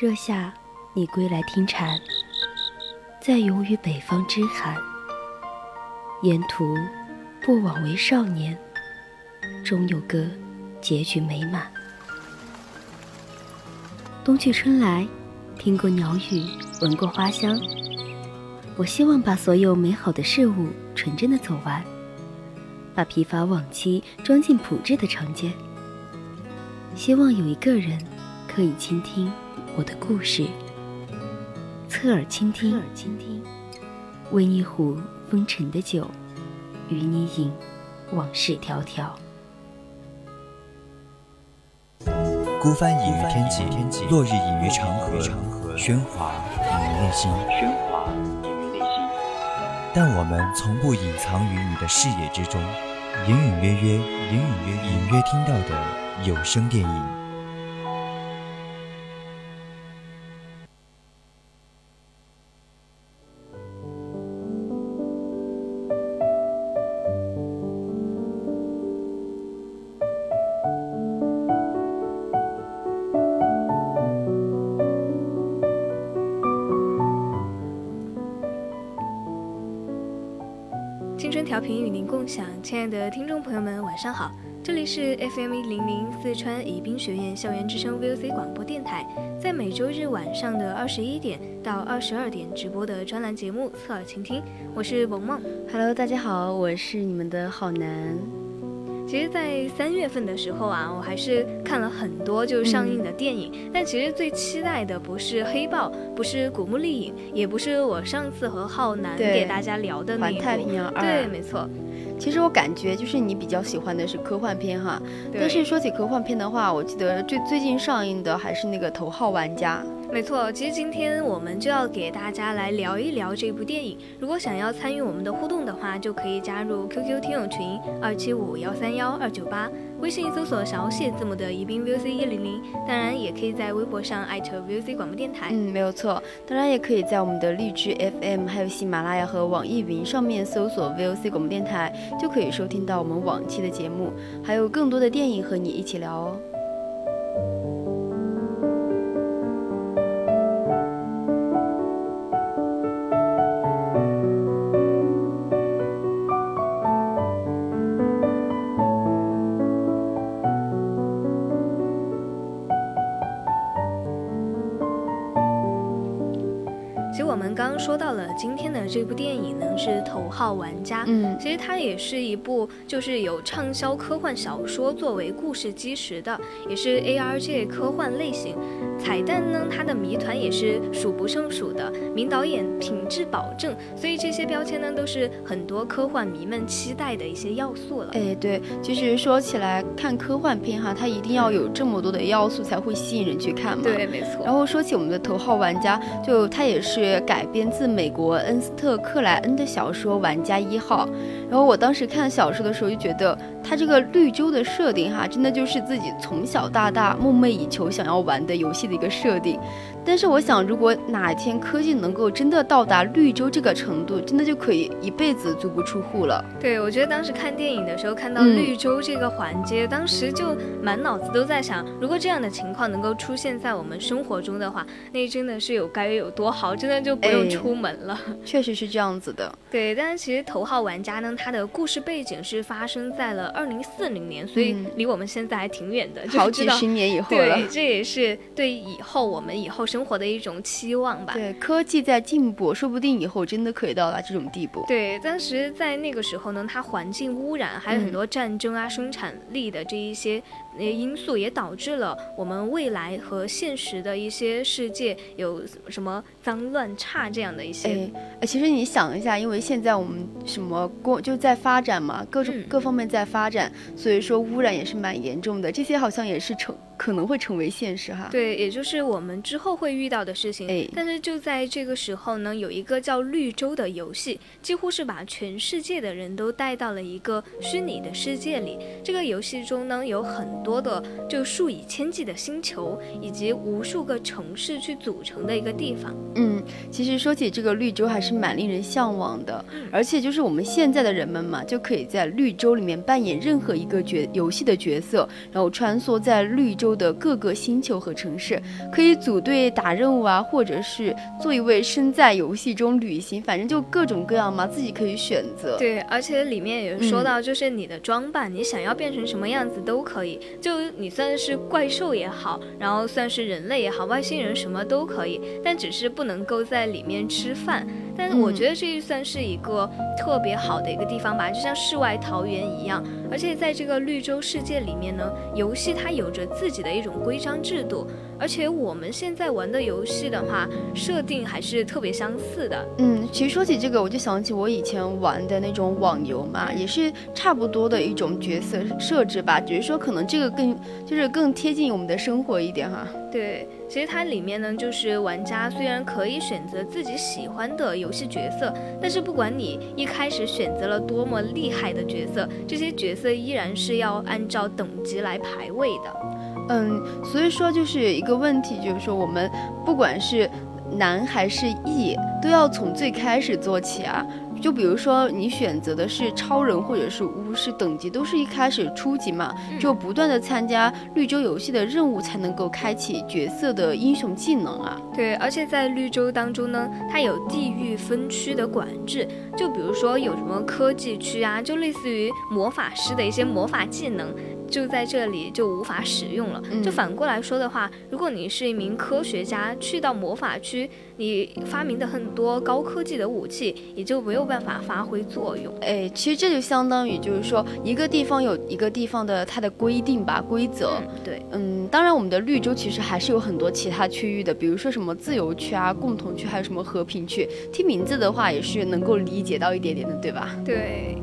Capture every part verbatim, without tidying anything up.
热夏，你归来听蝉，在游于北方之寒。沿途不枉为少年，终有个结局美满。冬去春来，听过鸟语，闻过花香。我希望把所有美好的事物纯真的走完，把疲乏往期装进朴质的长街。希望有一个人可以倾听我的故事，侧耳倾听，温一壶风尘的酒，与你饮往事迢迢。 孤帆已于天际，落日已于长河，喧哗已于内心。但我们从不隐藏于你的视野之中，隐隐约约，隐隐约隐约听到的有声电影。 青春调频与您共享，亲爱的听众朋友们晚上好，这里是 F M 一零零四川宜宾学院校园之声 V O C 广播电台，在每周日晚上的二十一点到二十二点直播的专栏节目侧耳倾听，我是萌萌。 Hello， 大家好，我是你们的好男。 其实在三月份的时候啊，我还是看了很多就上映的电影、嗯、但其实最期待的不是黑豹，不是古墓丽影，也不是我上次和浩南给大家聊的那一部环太平洋二。 对，没错。 其实我感觉就是你比较喜欢的是科幻片哈，但是说起科幻片的话，我记得最最近上映的还是那个头号玩家。 没错，其实今天我们就要给大家来聊一聊这部电影。如果想要参与我们的互动的话，就可以加入 Q Q 听友群二七五幺三幺二九八，微信搜索小写字母的宜宾 V O C 一零零，当然也可以在微博上艾特 V O C 广播电台。 嗯，没有错。当然也可以在我们的荔枝 F M 还有喜马拉雅和网易云上面搜索 V O C 广播电台，就可以收听到我们往期的节目，还有更多的电影和你一起聊哦。 刚刚说到了今天的这部电影呢是《头号玩家》， 嗯， 其实它也是一部就是有畅销科幻小说作为故事基石的，也是 A R 界科幻类型。彩蛋呢，它的谜团也是数不胜数的，名导演品质保证，所以这些标签呢都是很多科幻迷们期待的一些要素了。 哎，对，就是说起来看科幻片哈，它一定要有这么多的要素才会吸引人去看嘛。 对，没错。 然后说起我们的头号玩家，就它也是改编自美国恩斯特克莱恩的小说《玩家一号》。然后我当时看小说的时候就觉得，它这个绿洲的设定哈，真的就是自己从小到大梦寐以求想要玩的游戏的一个设定。但是我想，如果哪一天科技能够真的到达绿洲这个程度，真的就可以一辈子足不出户了。 对，我觉得当时看电影的时候看到绿洲这个环节、嗯、当时就满脑子都在想，如果这样的情况能够出现在我们生活中的话，那真的是有该有多好，真的就不用出门了。 哎、确实是这样子的。 对，但是其实头号玩家呢，它的故事背景是发生在了二零四零年，所以离我们现在还挺远的、嗯、 好几十年以后了。 对，这也是对以后我们以后生活的一种期望吧。 对，科技在进步，说不定以后真的可以到达这种地步。 对，当时在那个时候呢，它环境污染还有很多战争啊、嗯、生产力的这一些因素，也导致了我们未来和现实的一些世界有什么脏乱差这样的一些。 哎，其实你想一下，因为现在我们什么工就在发展嘛，各种、嗯、各方面在发展，所以说污染也是蛮严重的，这些好像也是成可能会成为现实哈。 对，也就是我们之后会遇到的事情。哎，但是就在这个时候呢，有一个叫绿洲的游戏，几乎是把全世界的人都带到了一个虚拟的世界里。这个游戏中呢，有很多的就数以千计的星球，以及无数个城市去组成的一个地方。 嗯，其实说起这个绿洲还是蛮令人向往的，而且就是我们现在的人们嘛，就可以在绿洲里面扮演任何一个角游戏的角色，然后穿梭在绿洲洲的各个星球和城市，可以组队打任务啊，或者是做一位身在游戏中旅行，反正就各种各样嘛，自己可以选择。 对，而且里面有说到，就是你的装扮、嗯、你想要变成什么样子都可以，就你算是怪兽也好，然后算是人类也好，外星人什么都可以，但只是不能够在里面吃饭。但是我觉得这算是一个特别好的一个地方吧，就像世外桃源一样。而且在这个绿洲世界里面呢，游戏它有着自己的一种规章制度，而且我们现在玩的游戏的话，设定还是特别相似的。 嗯，其实说起这个，我就想起我以前玩的那种网游嘛，也是差不多的一种角色设置吧，只是说可能这个更就是更贴近我们的生活一点哈。 对，其实它里面呢，就是玩家虽然可以选择自己喜欢的游戏角色，但是不管你一开始选择了多么厉害的角色，这些角色依然是要按照等级来排位的。 嗯，所以说就是一个问题，就是说我们不管是难还是易，都要从最开始做起啊。就比如说你选择的是超人或者是巫师，等级都是一开始初级嘛，就不断的参加绿洲游戏的任务才能够开启角色的英雄技能啊。 对，而且在绿洲当中呢，它有地域分区的管制，就比如说有什么科技区啊，就类似于魔法师的一些魔法技能就在这里就无法使用了。就反过来说的话，如果你是一名科学家，去到魔法区，你发明的很多高科技的武器也就没有办法发挥作用。 哎，其实这就相当于就是说一个地方有一个地方的它的规定吧，规则。 嗯，对， 嗯，当然我们的绿洲其实还是有很多其他区域的，比如说什么自由区啊、共同区，还有什么和平区。听名字的话也是能够理解到一点点的，对吧？ 对。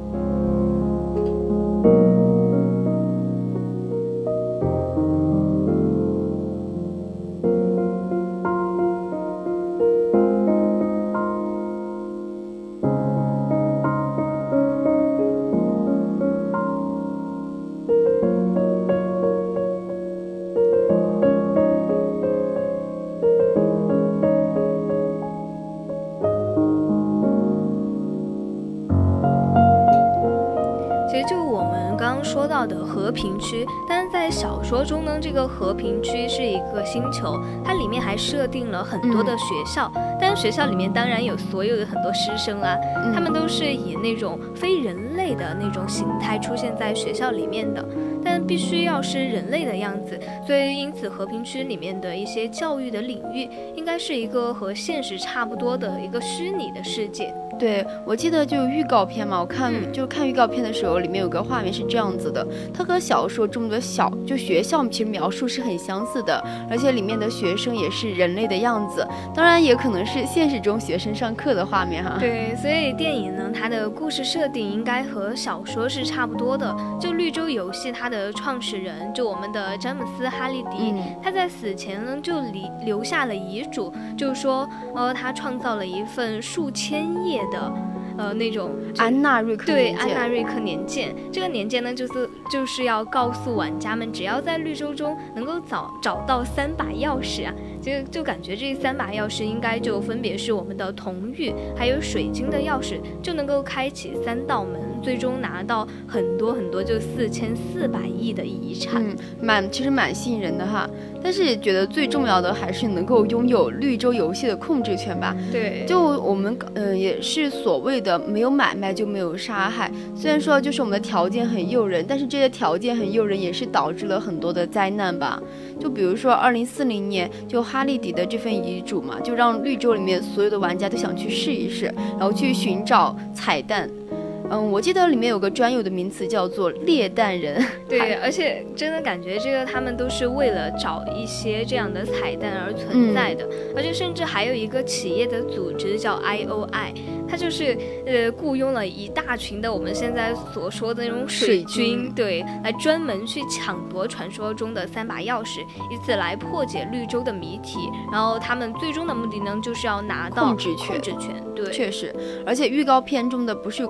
说到的和平区，但是在小说中呢，这个和平区是一个星球，它里面还设定了很多的学校，嗯、但是学校里面当然有所有的很多师生啊，嗯、他们都是以那种非人类的那种形态出现在学校里面的，但必须要是人类的样子，所以因此和平区里面的一些教育的领域，应该是一个和现实差不多的一个虚拟的世界。 对，我记得就有预告片嘛，我看、嗯、就看预告片的时候，里面有个画面是这样子的，它和小说中的小就学校其实描述是很相似的，而且里面的学生也是人类的样子，当然也可能是现实中学生上课的画面哈。 对，所以电影呢，它的故事设定应该和小说是差不多的。就绿洲游戏它的创始人，就我们的詹姆斯·哈利迪，嗯、他在死前呢就留下了遗嘱，就是说，呃，他创造了一份数千页的。呃，那种安纳瑞克对安纳瑞克年鉴，这个年鉴呢，就是就是要告诉玩家们，只要在绿洲中能够找找到三把钥匙啊，就就感觉这三把钥匙应该就分别是我们的铜玉还有水晶的钥匙，就能够开启三道门，最终拿到很多很多，就四千四百亿的遗产。 嗯，蛮其实蛮吸引人的哈。但是觉得最重要的还是能够拥有绿洲游戏的控制权吧。 对， 就我们嗯、呃、也是所谓的没有买卖就没有杀害。虽然说就是我们的条件很诱人，但是这些条件很诱人也是导致了很多的灾难吧。就比如说二零四零年，就哈利迪的这份遗嘱嘛，就让绿洲里面所有的玩家都想去试一试，然后去寻找彩蛋。嗯，我记得里面有个专有的名词叫做猎蛋人。 对，而且真的感觉这个他们都是为了找一些这样的彩蛋而存在的，嗯、而且甚至还有一个企业的组织叫 I O I， 它就是呃雇佣了一大群的我们现在所说的那种水军，对，来专门去抢夺传说中的三把钥匙，以此来破解绿洲的谜题。然后他们最终的目的呢，就是要拿到控制权。 控制权，对， 确实。而且预告片中的不是有个赛车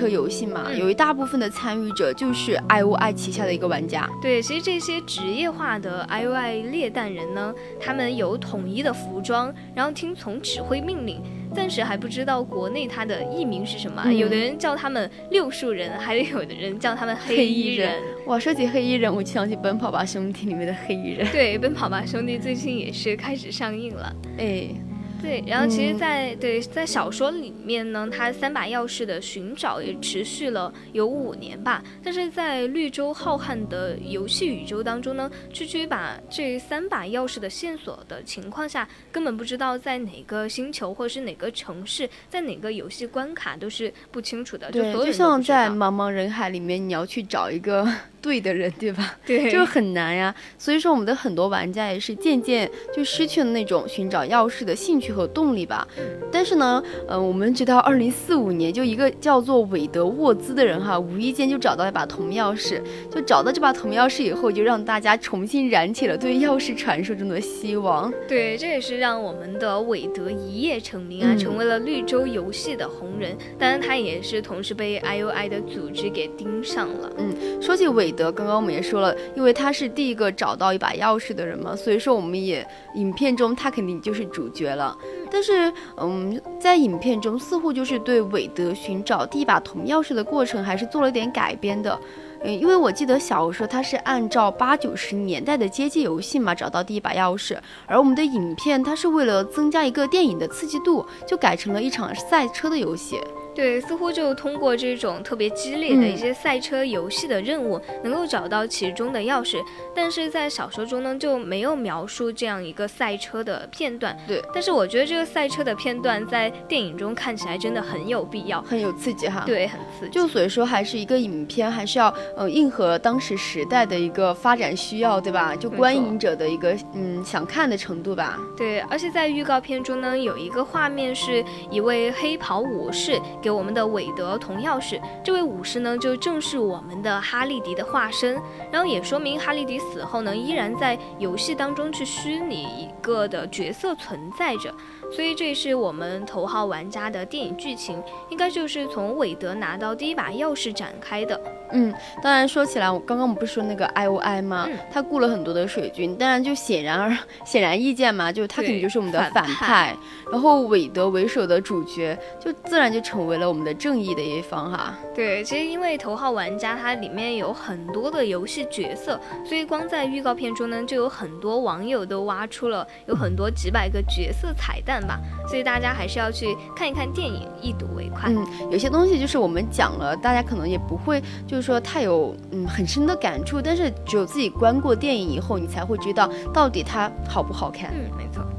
车游戏嘛，嗯、有一大部分的参与者就是 I O I 旗下的一个玩家。 对，其实这些职业化的 I O I 猎蛋人呢，他们有统一的服装，然后听从指挥命令。暂时还不知道国内它的译名是什么、嗯、有的人叫他们六树人，还有的人叫他们黑衣人。 哇，说起黑衣人，我就想起奔跑吧兄弟里面的黑衣人。 对，奔跑吧兄弟最近也是开始上映了。 哎， 对，然后其实在、嗯、对在小说里面呢，它三把钥匙的寻找也持续了有五年吧。但是在绿洲浩瀚的游戏宇宙当中呢，区区把这三把钥匙的线索的情况下，根本不知道在哪个星球或是哪个城市，在哪个游戏关卡都是不清楚的。 对， 就所有人都不知道， 就像在茫茫人海里面，你要去找一个对的人，对吧？ 对， 就很难呀。所以说我们的很多玩家也是渐渐就失去了那种寻找钥匙的兴趣和动力吧。但是呢，呃，我们直到二零四五年，就一个叫做韦德沃兹的人哈，无意间就找到一把铜钥匙，就找到这把铜钥匙以后，就让大家重新燃起了对钥匙传说中的希望。 对，这也是让我们的韦德一夜成名啊、嗯，成为了绿洲游戏的红人。当然，他也是同时被 I O I 的组织给盯上了。 嗯，说起韦德，刚刚我们也说了，因为他是第一个找到一把钥匙的人嘛，所以说我们也影片中他肯定就是主角了。但是，嗯，在影片中似乎就是对韦德寻找第一把铜钥匙的过程还是做了点改编的。嗯，因为我记得小说它是按照八九十年代的街机游戏嘛找到第一把钥匙，而我们的影片它是为了增加一个电影的刺激度，就改成了一场赛车的游戏。 对，似乎就通过这种特别激烈的一些赛车游戏的任务、嗯、能够找到其中的钥匙，但是在小说中呢就没有描述这样一个赛车的片段。 对， 但是我觉得这个赛车的片段在电影中看起来真的很有必要， 很有刺激哈。 对，很刺激。 就所以说还是一个影片，还是要呃应和当时时代的一个发展需要，对吧？就观影者的一个嗯想看的程度吧。 对，而且在预告片中呢，有一个画面是一位黑袍武士给我们的韦德铜钥匙，这位武士呢就正是我们的哈利迪的化身，然后也说明哈利迪死后呢依然在游戏当中去虚拟一个的角色存在着，所以这是我们头号玩家的电影剧情，应该就是从韦德拿到第一把钥匙展开的。 嗯，当然说起来，我刚刚我们不是说那个 I O I 吗？嗯、他雇了很多的水军，当然就显然而显然易见嘛，就他肯定就是我们的反派， 反派然后韦德为首的主角，就自然就成为了我们的正义的一方哈。 对，其实因为头号玩家它里面有很多的游戏角色，所以光在预告片中呢，就有很多网友都挖出了有很多几百个角色彩蛋吧，所以大家还是要去看一看电影，一睹为快。 嗯，有些东西就是我们讲了，大家可能也不会就是说太有嗯很深的感触，但是只有自己观过电影以后，你才会知道到底它好不好看。 嗯，没错。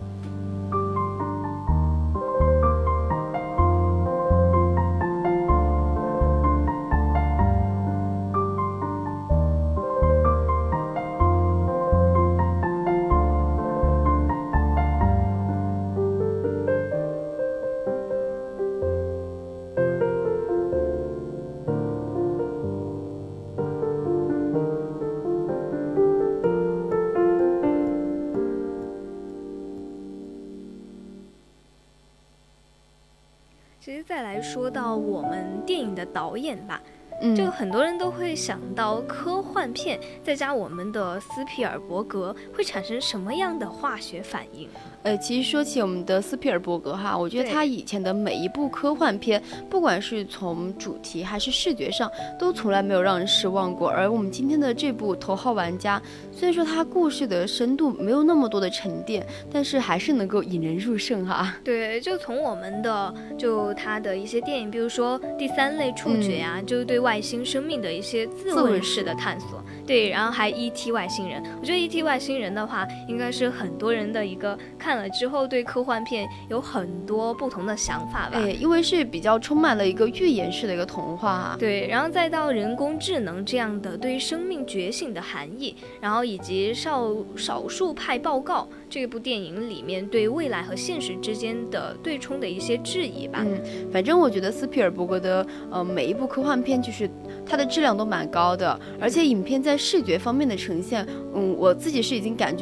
其实再来说到我们电影的导演吧，嗯，就很多人都会想到科幻片再加我们的斯皮尔伯格会产生什么样的化学反应。 呃，其实说起我们的斯皮尔伯格哈，我觉得他以前的每一部科幻片，不管是从主题还是视觉上，都从来没有让人失望过。而我们今天的这部《头号玩家》，虽然说它故事的深度没有那么多的沉淀，但是还是能够引人入胜哈。 对，就从我们的就他的一些电影，比如说《第三类触觉》呀、啊嗯，就是对外星生命的一些自问式的探索。对，然后还 E T 外星人，我觉得 E T 外星人的话，应该是很多人的一个看了之后对科幻片有很多不同的想法吧。 哎，因为是比较充满了一个寓言式的一个童话啊。 对，然后再到人工智能这样的对生命觉醒的含义，然后以及少少数派报告这部电影里面对未来和现实之间的对冲的一些质疑吧。 嗯，反正我觉得斯皮尔伯格的呃每一部科幻片就是它的质量都蛮高的，而且影片在视觉方面的呈现，嗯，我自己是已经感觉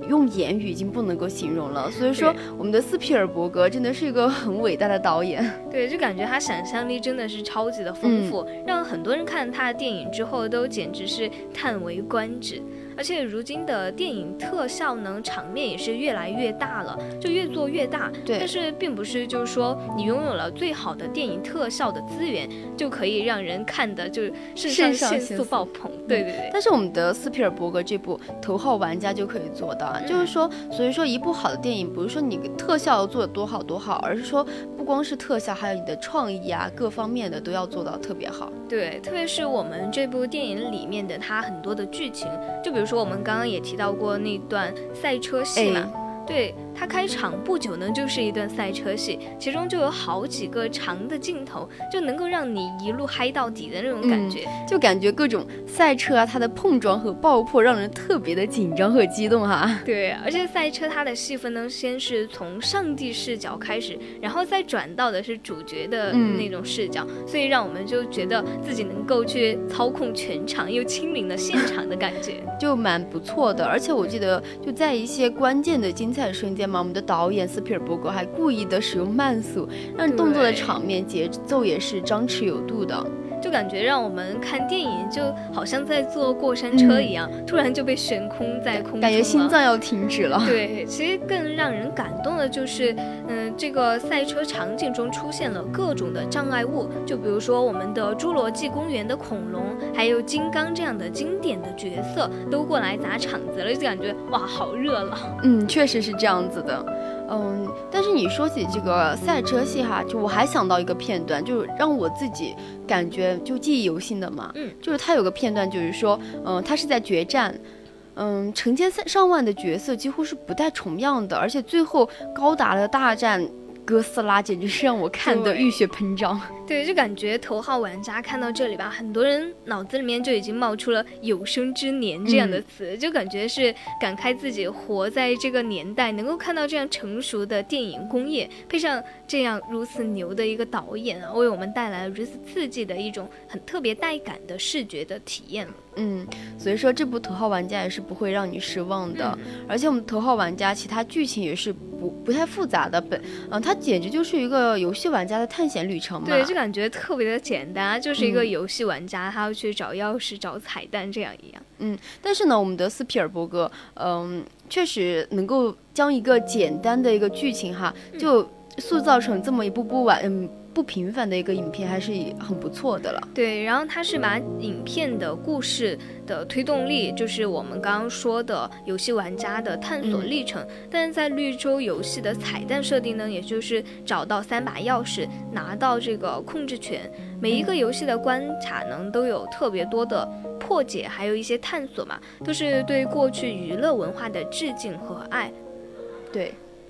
用言语已经不能够形容了。所以说我们的斯皮尔伯格真的是一个很伟大的导演。 对，就感觉他想象力真的是超级的丰富，嗯、让很多人看他的电影之后都简直是叹为观止。而且如今的电影特效呢，场面也是越来越大了，就越做越大。 对， 但是并不是就是说你拥有了最好的电影特效的资源，就可以让人看的就肾上腺素爆棚。对对对。 但是我们的斯皮尔伯格这部《头号玩家》就可以做到，嗯、就是说，所以说一部好的电影，不是说你特效做的多好多好，而是说不光是特效，还有你的创意啊，各方面的都要做到特别好。 对，特别是我们这部电影里面的它很多的剧情，就比如说我们刚刚也提到过那段赛车戏嘛，哎、对，它开场不久呢就是一段赛车戏，其中就有好几个长的镜头，就能够让你一路嗨到底的那种感觉， 嗯、就感觉各种赛车啊，它的碰撞和爆破让人特别的紧张和激动哈。 对，而且赛车它的戏份呢，先是从上帝视角开始，然后再转到的是主角的那种视角，嗯、所以让我们就觉得自己能够去操控全场又亲临了现场的感觉， 就蛮不错的。而且我记得就在一些关键的精彩瞬间嘛，我们的导演斯皮尔伯格还故意的使用慢速，让动作的场面节奏也是张弛有度的。 就感觉让我们看电影就好像在坐过山车一样，嗯、突然就被悬空在空中了， 感觉心脏要停止了。 对，其实更让人感动的就是，嗯、呃，这个赛车场景中出现了各种的障碍物，就比如说我们的侏罗纪公园的恐龙，还有金刚这样的经典的角色都过来砸场子了，就感觉哇，好热闹。 嗯，确实是这样子的。嗯，但是你说起这个赛车戏哈，就我还想到一个片段，就是让我自己感觉就记忆犹新的嘛。 嗯， 就是他有个片段，就是说，嗯，他是在决战，嗯，成千上万的角色几乎是不带重样的，而且最后高达的大战哥斯拉，简直是让我看得浴血喷张。 对，就感觉头号玩家看到这里吧，很多人脑子里面就已经冒出了有生之年这样的词，嗯、就感觉是感慨自己活在这个年代，能够看到这样成熟的电影工业，配上这样如此牛的一个导演啊，为我们带来了如此刺激的一种很特别带感的视觉的体验。 嗯，所以说这部头号玩家也是不会让你失望的，嗯、而且我们头号玩家其他剧情也是不不太复杂的，本嗯，它简直就是一个游戏玩家的探险旅程嘛。 对，就感觉特别的简单啊，就是一个游戏玩家，嗯、他要去找钥匙、找彩蛋这样一样。 嗯，但是呢，我们的斯皮尔伯格，嗯，确实能够将一个简单的一个剧情哈，就塑造成这么一部部完嗯。不平凡的一个影片，还是很不错的了。 对，然后它是把影片的故事的推动力，就是我们刚刚说的游戏玩家的探索历程，嗯、但是在绿洲游戏的彩蛋设定呢，也就是找到三把钥匙，拿到这个控制权。每一个游戏的关卡呢，都有特别多的破解，还有一些探索嘛，都是对过去娱乐文化的致敬和爱。 对。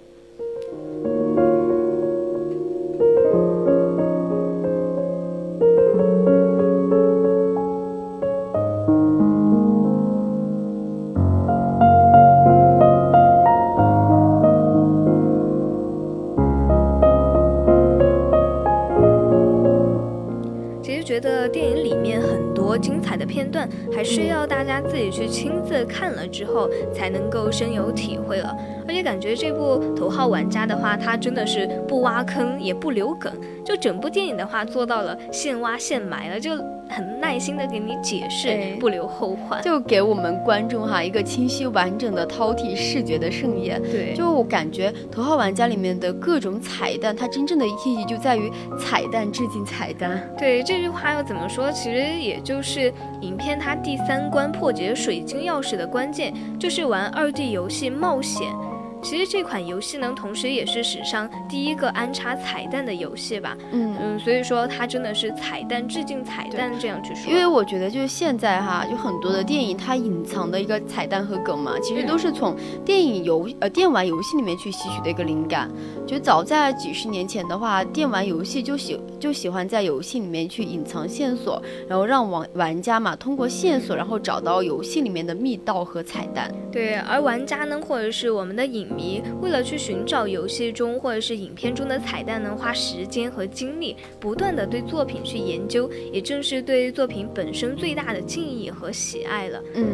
觉得电影里面很多精彩的片段还需要大家自己去亲自看了之后才能够深有体会了，而且感觉这部头号玩家的话，它真的是不挖坑也不留梗，就整部电影的话做到了现挖现埋了，就很耐心的给你解释，哎、不留后患， 就给我们观众哈一个清晰完整的饕餮视觉的盛宴。 对， 就我感觉头号玩家里面的各种彩蛋，它真正的意义就在于彩蛋致敬彩蛋。 对，这句话要怎么说，其实也就是影片它第三关破解水晶钥匙的关键，就是玩二 D 游戏冒险。其实这款游戏呢，同时也是史上第一个安插彩蛋的游戏吧。嗯嗯，所以说它真的是彩蛋致敬彩蛋这样去说。 因为我觉得就是现在哈，就很多的电影它隐藏的一个彩蛋和梗嘛，其实都是从电影游呃电玩游戏里面去吸取的一个灵感。就早在几十年前的话，电玩游戏就喜就喜欢在游戏里面去隐藏线索，然后让玩玩家嘛通过线索，然后找到游戏里面的密道和彩蛋。 对，而玩家呢，或者是我们的影迷，为了去寻找游戏中或者是影片中的彩蛋，能花时间和精力，不断的对作品去研究，也正是对作品本身最大的敬意和喜爱了。 嗯，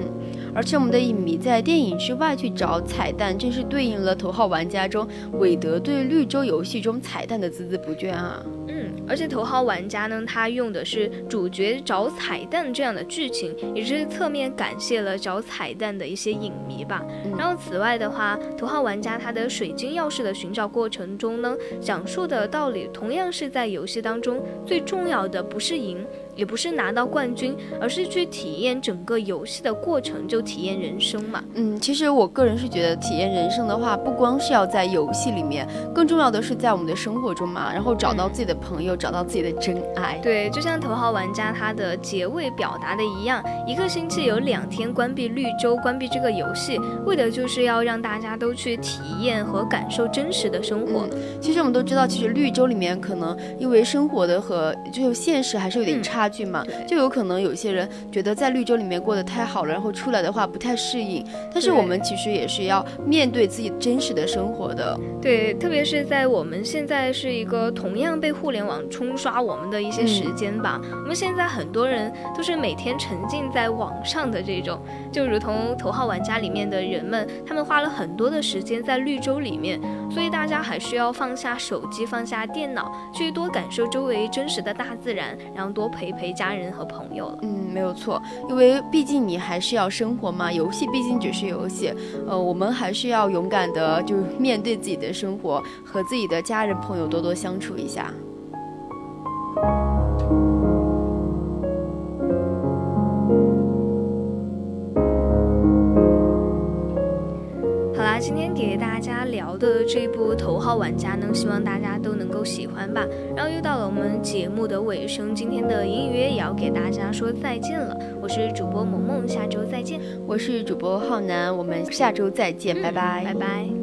而且我们的影迷在电影之外去找彩蛋，正是对应了头号玩家中韦德对绿洲游戏中彩蛋的孜孜不倦啊。 嗯，而且头号玩家呢，他用的是主角找彩蛋这样的剧情，也是侧面感谢了找彩蛋的一些影迷吧。嗯、然后此外的话，头号玩家他的水晶钥匙的寻找过程中呢，讲述的道理同样是在游戏当中最重要的不是赢，也不是拿到冠军，而是去体验整个游戏的过程，就体验人生嘛。 嗯，其实我个人是觉得体验人生的话，不光是要在游戏里面，更重要的是在我们的生活中嘛，然后找到自己的朋友，嗯、找到自己的真爱。 对，就像头号玩家他的结尾表达的一样，一个星期有两天关闭绿洲，关闭这个游戏，为的就是要让大家都去体验和感受真实的生活。 嗯、其实我们都知道，其实绿洲里面可能因为生活的和就现实还是有点差距嘛，嗯、就有可能有些人觉得在绿洲里面过得太好了，然后出来的话不太适应。但是我们其实也是要面对自己真实的生活的。 对，特别是在我们现在是一个同样被互联网冲刷我们的一些时间吧，嗯、我们现在很多人都是每天沉浸在网上的这种，就如同头号玩家里面的人们，他们花了很多的时间在绿洲里面，所以大家还是要放下手机，放下电脑，去多感受周围真实的大自然，然后多陪陪家人和朋友了。 嗯，没有错，因为毕竟你还是要生活嘛，游戏毕竟只是游戏，呃，我们还是要勇敢的，就面对自己的生活，和自己的家人朋友多多相处一下。 好啦，今天给大家聊的这部头号玩家呢，希望大家都能够喜欢吧。然后又到了我们节目的尾声，今天的隐隐约约也要给大家说再见了。我是主播萌萌，下周再见。 我是主播浩南，我们下周再见，嗯、拜拜， 拜拜。